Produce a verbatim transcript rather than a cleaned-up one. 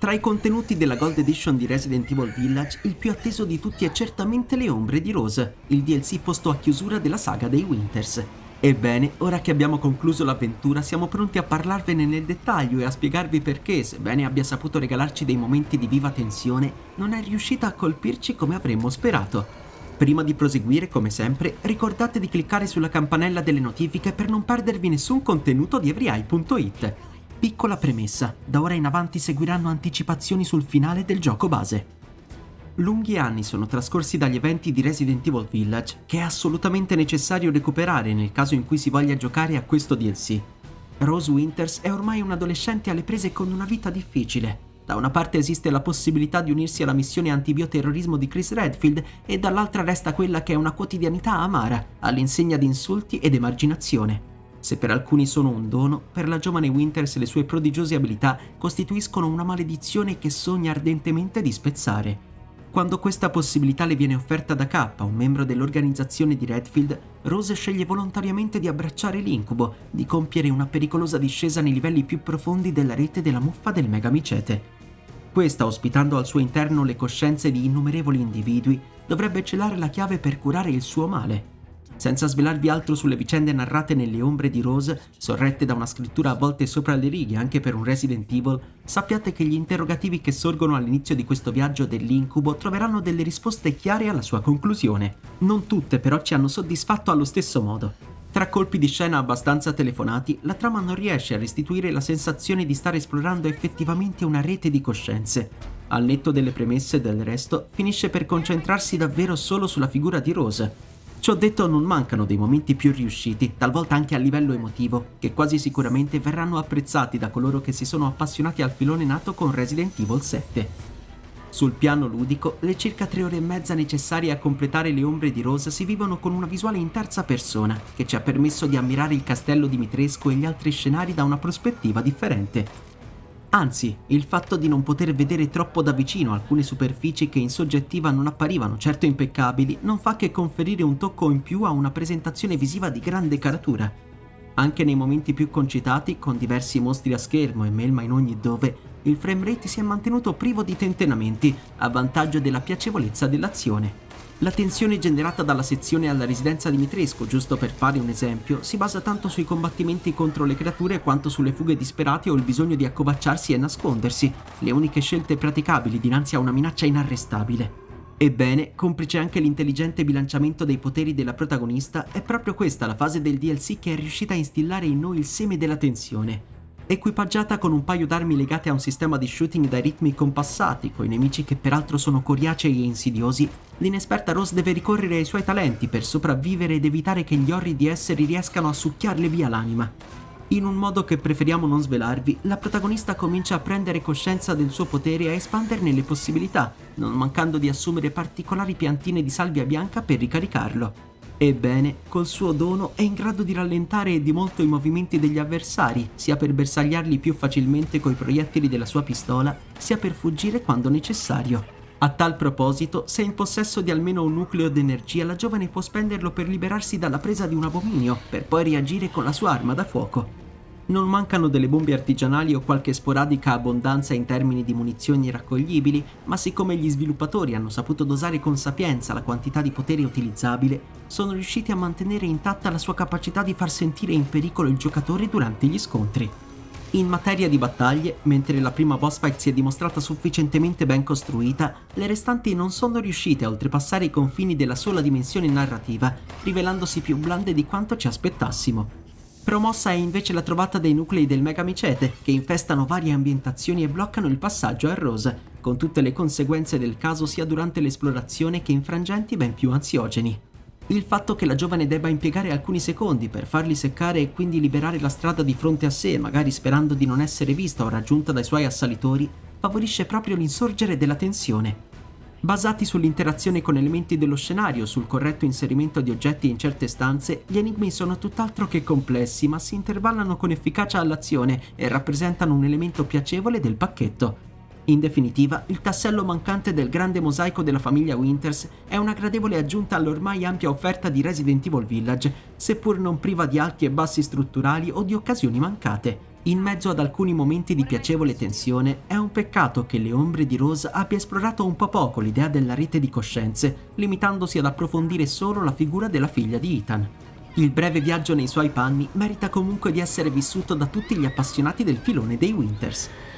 Tra i contenuti della Gold Edition di Resident Evil Village, il più atteso di tutti è certamente Le Ombre di Rose, il D L C posto a chiusura della saga dei Winters. Ebbene, ora che abbiamo concluso l'avventura, siamo pronti a parlarvene nel dettaglio e a spiegarvi perché, sebbene abbia saputo regalarci dei momenti di viva tensione, non è riuscita a colpirci come avremmo sperato. Prima di proseguire, come sempre, ricordate di cliccare sulla campanella delle notifiche per non perdervi nessun contenuto di Everyeye punto it. Piccola premessa, da ora in avanti seguiranno anticipazioni sul finale del gioco base. Lunghi anni sono trascorsi dagli eventi di Resident Evil Village, che è assolutamente necessario recuperare nel caso in cui si voglia giocare a questo D L C. Rose Winters è ormai un adolescente alle prese con una vita difficile. Da una parte esiste la possibilità di unirsi alla missione antibioterrorismo di Chris Redfield e dall'altra resta quella che è una quotidianità amara, all'insegna di insulti ed emarginazione. Se per alcuni sono un dono, per la giovane Winters le sue prodigiose abilità costituiscono una maledizione che sogna ardentemente di spezzare. Quando questa possibilità le viene offerta da K, un membro dell'organizzazione di Redfield, Rose sceglie volontariamente di abbracciare l'incubo, di compiere una pericolosa discesa nei livelli più profondi della rete della muffa del Megamicete. Questa, ospitando al suo interno le coscienze di innumerevoli individui, dovrebbe celare la chiave per curare il suo male. Senza svelarvi altro sulle vicende narrate nelle Ombre di Rose, sorrette da una scrittura a volte sopra le righe anche per un Resident Evil, sappiate che gli interrogativi che sorgono all'inizio di questo viaggio dell'incubo troveranno delle risposte chiare alla sua conclusione. Non tutte però ci hanno soddisfatto allo stesso modo. Tra colpi di scena abbastanza telefonati, la trama non riesce a restituire la sensazione di stare esplorando effettivamente una rete di coscienze. Al netto delle premesse del resto, finisce per concentrarsi davvero solo sulla figura di Rose. Ciò detto, non mancano dei momenti più riusciti, talvolta anche a livello emotivo, che quasi sicuramente verranno apprezzati da coloro che si sono appassionati al filone nato con Resident Evil sette. Sul piano ludico, le circa tre ore e mezza necessarie a completare Le Ombre di Rose si vivono con una visuale in terza persona, che ci ha permesso di ammirare il castello Dimitrescu e gli altri scenari da una prospettiva differente. Anzi, il fatto di non poter vedere troppo da vicino alcune superfici che in soggettiva non apparivano certo impeccabili non fa che conferire un tocco in più a una presentazione visiva di grande caratura. Anche nei momenti più concitati, con diversi mostri a schermo e melma in ogni dove, il framerate si è mantenuto privo di tentennamenti, a vantaggio della piacevolezza dell'azione. La tensione generata dalla sezione alla residenza di Dimitrescu, giusto per fare un esempio, si basa tanto sui combattimenti contro le creature quanto sulle fughe disperate o il bisogno di accovacciarsi e nascondersi, le uniche scelte praticabili dinanzi a una minaccia inarrestabile. Ebbene, complice anche l'intelligente bilanciamento dei poteri della protagonista, è proprio questa la fase del D L C che è riuscita a instillare in noi il seme della tensione. Equipaggiata con un paio d'armi legate a un sistema di shooting dai ritmi compassati, coi nemici che peraltro sono coriacei e insidiosi, l'inesperta Rose deve ricorrere ai suoi talenti per sopravvivere ed evitare che gli orridi esseri riescano a succhiarle via l'anima. In un modo che preferiamo non svelarvi, la protagonista comincia a prendere coscienza del suo potere e a espanderne le possibilità, non mancando di assumere particolari piantine di salvia bianca per ricaricarlo. Ebbene, col suo dono è in grado di rallentare di molto i movimenti degli avversari, sia per bersagliarli più facilmente coi proiettili della sua pistola, sia per fuggire quando necessario. A tal proposito, se in possesso di almeno un nucleo d'energia, la giovane può spenderlo per liberarsi dalla presa di un abominio, per poi reagire con la sua arma da fuoco. Non mancano delle bombe artigianali o qualche sporadica abbondanza in termini di munizioni raccoglibili, ma siccome gli sviluppatori hanno saputo dosare con sapienza la quantità di potere utilizzabile, sono riusciti a mantenere intatta la sua capacità di far sentire in pericolo il giocatore durante gli scontri. In materia di battaglie, mentre la prima boss fight si è dimostrata sufficientemente ben costruita, le restanti non sono riuscite a oltrepassare i confini della sola dimensione narrativa, rivelandosi più blande di quanto ci aspettassimo. Promossa è invece la trovata dei nuclei del Megamicete, che infestano varie ambientazioni e bloccano il passaggio a Rose, con tutte le conseguenze del caso sia durante l'esplorazione che in frangenti ben più ansiogeni. Il fatto che la giovane debba impiegare alcuni secondi per farli seccare e quindi liberare la strada di fronte a sé, magari sperando di non essere vista o raggiunta dai suoi assalitori, favorisce proprio l'insorgere della tensione. Basati sull'interazione con elementi dello scenario, sul corretto inserimento di oggetti in certe stanze, gli enigmi sono tutt'altro che complessi, ma si intervallano con efficacia all'azione e rappresentano un elemento piacevole del pacchetto. In definitiva, il tassello mancante del grande mosaico della famiglia Winters è una gradevole aggiunta all'ormai ampia offerta di Resident Evil Village, seppur non priva di alti e bassi strutturali o di occasioni mancate. In mezzo ad alcuni momenti di piacevole tensione, è un peccato che Le ombre di Rose abbia esplorato un po' poco l'idea della rete di coscienze, limitandosi ad approfondire solo la figura della figlia di Ethan. Il breve viaggio nei suoi panni merita comunque di essere vissuto da tutti gli appassionati del filone dei Winters.